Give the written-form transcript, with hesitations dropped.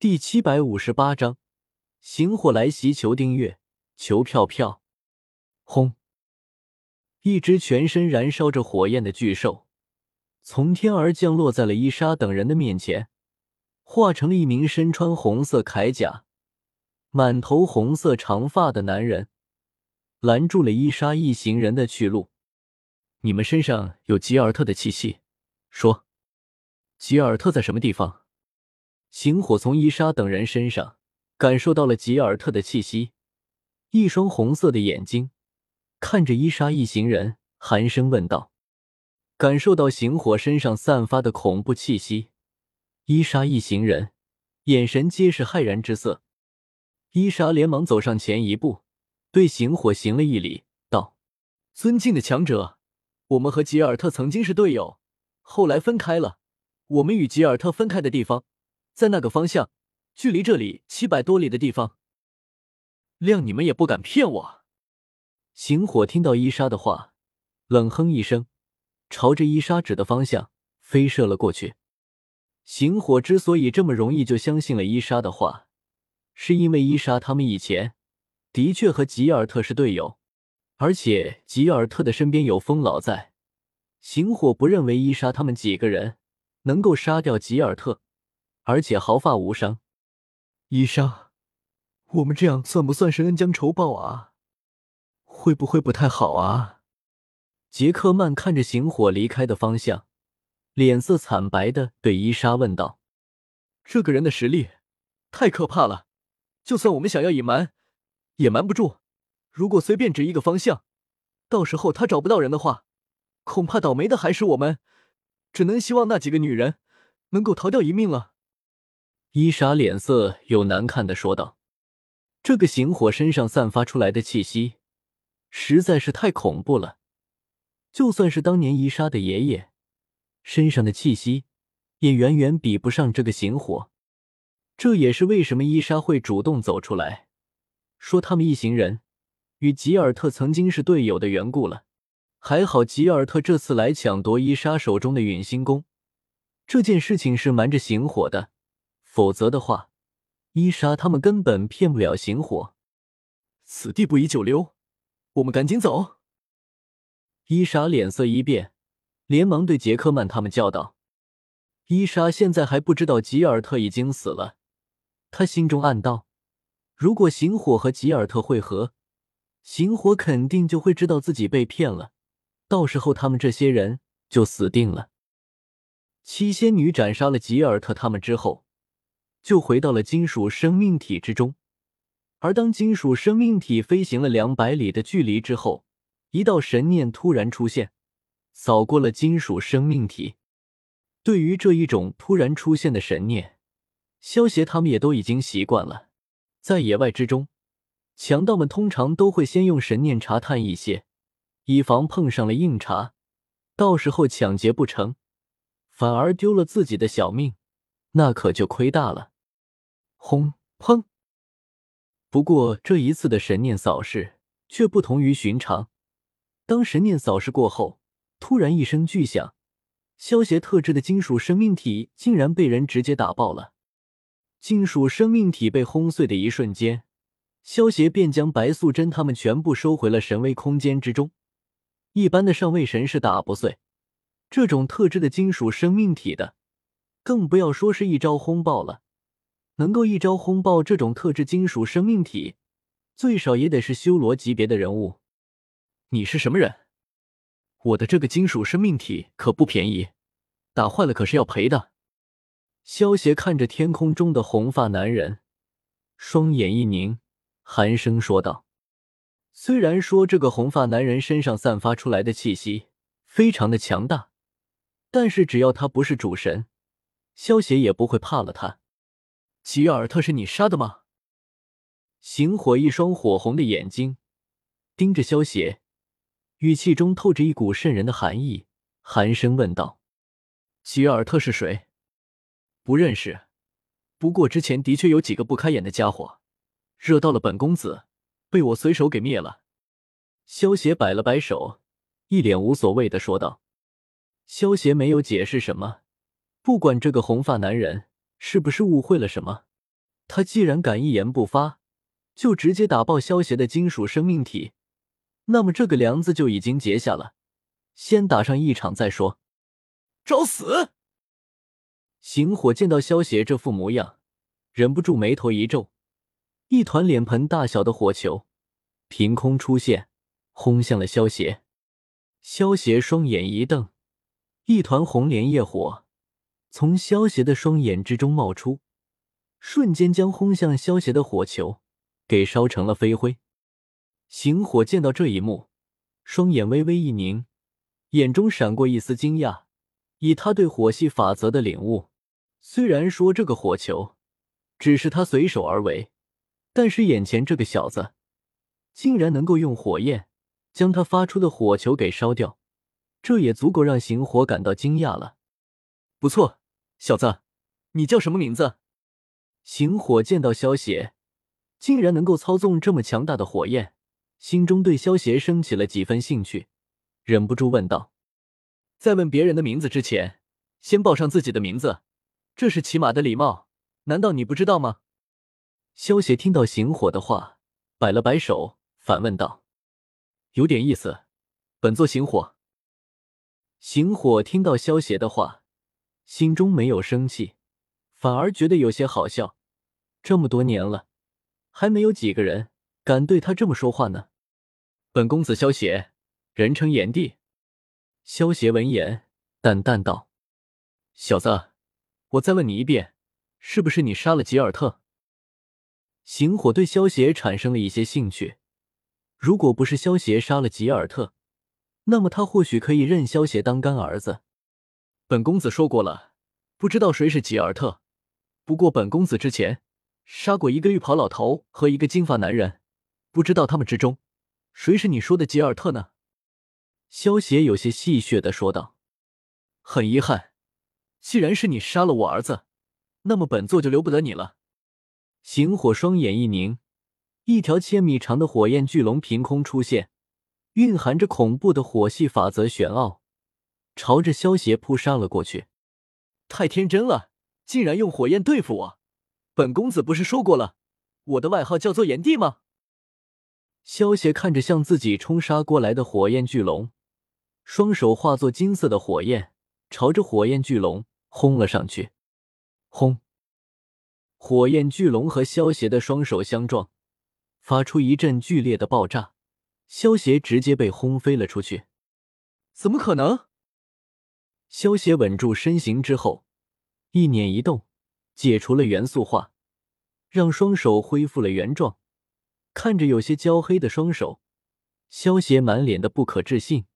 第758章，行火来袭，求订阅，求票票。轰！一只全身燃烧着火焰的巨兽从天而降落在了伊莎等人的面前，化成了一名身穿红色铠甲、满头红色长发的男人，拦住了伊莎一行人的去路。你们身上有吉尔特的气息，说，吉尔特在什么地方？行火从伊莎等人身上感受到了吉尔特的气息，一双红色的眼睛看着伊莎一行人，寒声问道。感受到行火身上散发的恐怖气息，伊莎一行人眼神皆是骇然之色。伊莎连忙走上前一步，对行火行了一礼，道：尊敬的强者，我们和吉尔特曾经是队友，后来分开了。我们与吉尔特分开的地方在那个方向，距离这里700多里的地方。谅你们也不敢骗我。行火听到伊莎的话，冷哼一声，朝着伊莎指的方向飞射了过去。行火之所以这么容易就相信了伊莎的话，是因为伊莎他们以前的确和吉尔特是队友，而且吉尔特的身边有风老在，行火不认为伊莎他们几个人能够杀掉吉尔特，而且毫发无伤。伊莎，我们这样算不算是恩将仇报啊？会不会不太好啊？杰克曼看着行火离开的方向，脸色惨白地对伊莎问道。这个人的实力太可怕了，就算我们想要隐瞒也瞒不住，如果随便指一个方向，到时候他找不到人的话，恐怕倒霉的还是我们，只能希望那几个女人能够逃掉一命了。伊莎脸色又难看地说道。这个行火身上散发出来的气息实在是太恐怖了，就算是当年伊莎的爷爷身上的气息也远远比不上这个行火。这也是为什么伊莎会主动走出来说他们一行人与吉尔特曾经是队友的缘故了。还好吉尔特这次来抢夺伊莎手中的陨星弓，这件事情是瞒着行火的，否则的话伊莎他们根本骗不了行火。此地不宜久留，我们赶紧走。伊莎脸色一变，连忙对杰克曼他们叫道。伊莎现在还不知道吉尔特已经死了，她心中暗道，如果行火和吉尔特会合，行火肯定就会知道自己被骗了，到时候他们这些人就死定了。七仙女斩杀了吉尔特他们之后，就回到了金属生命体之中，而当金属生命体飞行了200里的距离之后，一道神念突然出现，扫过了金属生命体。对于这一种突然出现的神念，萧协他们也都已经习惯了。在野外之中，强盗们通常都会先用神念查探一些，以防碰上了硬茬，到时候抢劫不成，反而丢了自己的小命，那可就亏大了。轰砰！不过这一次的神念扫视却不同于寻常，当神念扫视过后，突然一声巨响，萧协特制的金属生命体竟然被人直接打爆了。金属生命体被轰碎的一瞬间，萧协便将白素贞他们全部收回了神威空间之中。一般的上位神是打不碎这种特制的金属生命体的，更不要说是一招轰爆了。能够一招轰爆这种特制金属生命体，最少也得是修罗级别的人物。你是什么人？我的这个金属生命体可不便宜，打坏了可是要赔的。萧协看着天空中的红发男人，双眼一凝，寒声说道。虽然说这个红发男人身上散发出来的气息非常的强大，但是只要他不是主神，萧协也不会怕了他。吉尔特是你杀的吗？行火一双火红的眼睛盯着萧协，语气中透着一股渗人的寒意，寒声问道。吉尔特是谁？不认识，不过之前的确有几个不开眼的家伙惹到了本公子，被我随手给灭了。萧协摆了摆手，一脸无所谓地说道。萧协没有解释什么，不管这个红发男人是不是误会了什么， 他既然敢一言不发，就直接打爆萧协的金属生命体，那么这个梁子就已经结下了，先打上一场再说。 找死！ 行火见到萧协这副模样，忍不住眉头一皱，一团脸盆大小的火球凭空出现，轰向了萧协。萧协双眼一瞪，一团红莲叶火从萧协的双眼之中冒出，瞬间将轰向萧协的火球给烧成了飞灰。行火见到这一幕，双眼微微一凝，眼中闪过一丝惊讶。以他对火系法则的领悟，虽然说这个火球只是他随手而为，但是眼前这个小子竟然能够用火焰将他发出的火球给烧掉，这也足够让行火感到惊讶了。 不错，小子，你叫什么名字？ 行火见到萧协竟然能够操纵这么强大的火焰，心中对萧协升起了几分兴趣，忍不住问道。 在问别人的名字之前，先报上自己的名字，这是起码的礼貌，难道你不知道吗？ 萧协听到行火的话，摆了摆手，反问道： 有点意思，本座行火。 行火听到萧协的话，心中没有生气，反而觉得有些好笑，这么多年了，还没有几个人敢对他这么说话呢。 本公子萧协，人称炎帝。 萧协闻言淡淡道： 小子，我再问你一遍，是不是你杀了吉尔特？ 行火对萧协产生了一些兴趣，如果不是萧协杀了吉尔特，那么他或许可以认萧协当干儿子。 本公子说过了，不知道谁是吉尔特，不过本公子之前杀过一个绿袍老头和一个金发男人，不知道他们之中谁是你说的吉尔特呢？ 萧协有些戏谑地说道。 很遗憾，既然是你杀了我儿子，那么本座就留不得你了。 行火双眼一凝，一条千米长的火焰巨龙凭空出现，蕴含着恐怖的火系法则玄奥，朝着萧协扑杀了过去。 太天真了，竟然用火焰对付我！本公子不是说过了，我的外号叫做炎帝吗？ 萧协看着向自己冲杀过来的火焰巨龙，双手化作金色的火焰，朝着火焰巨龙轰了上去。轰！火焰巨龙和萧协的双手相撞，发出一阵剧烈的爆炸，萧协直接被轰飞了出去。 怎么可能？ 萧协稳住身形之后，一捻一动，解除了元素化，让双手恢复了原状。看着有些焦黑的双手，萧协满脸的不可置信。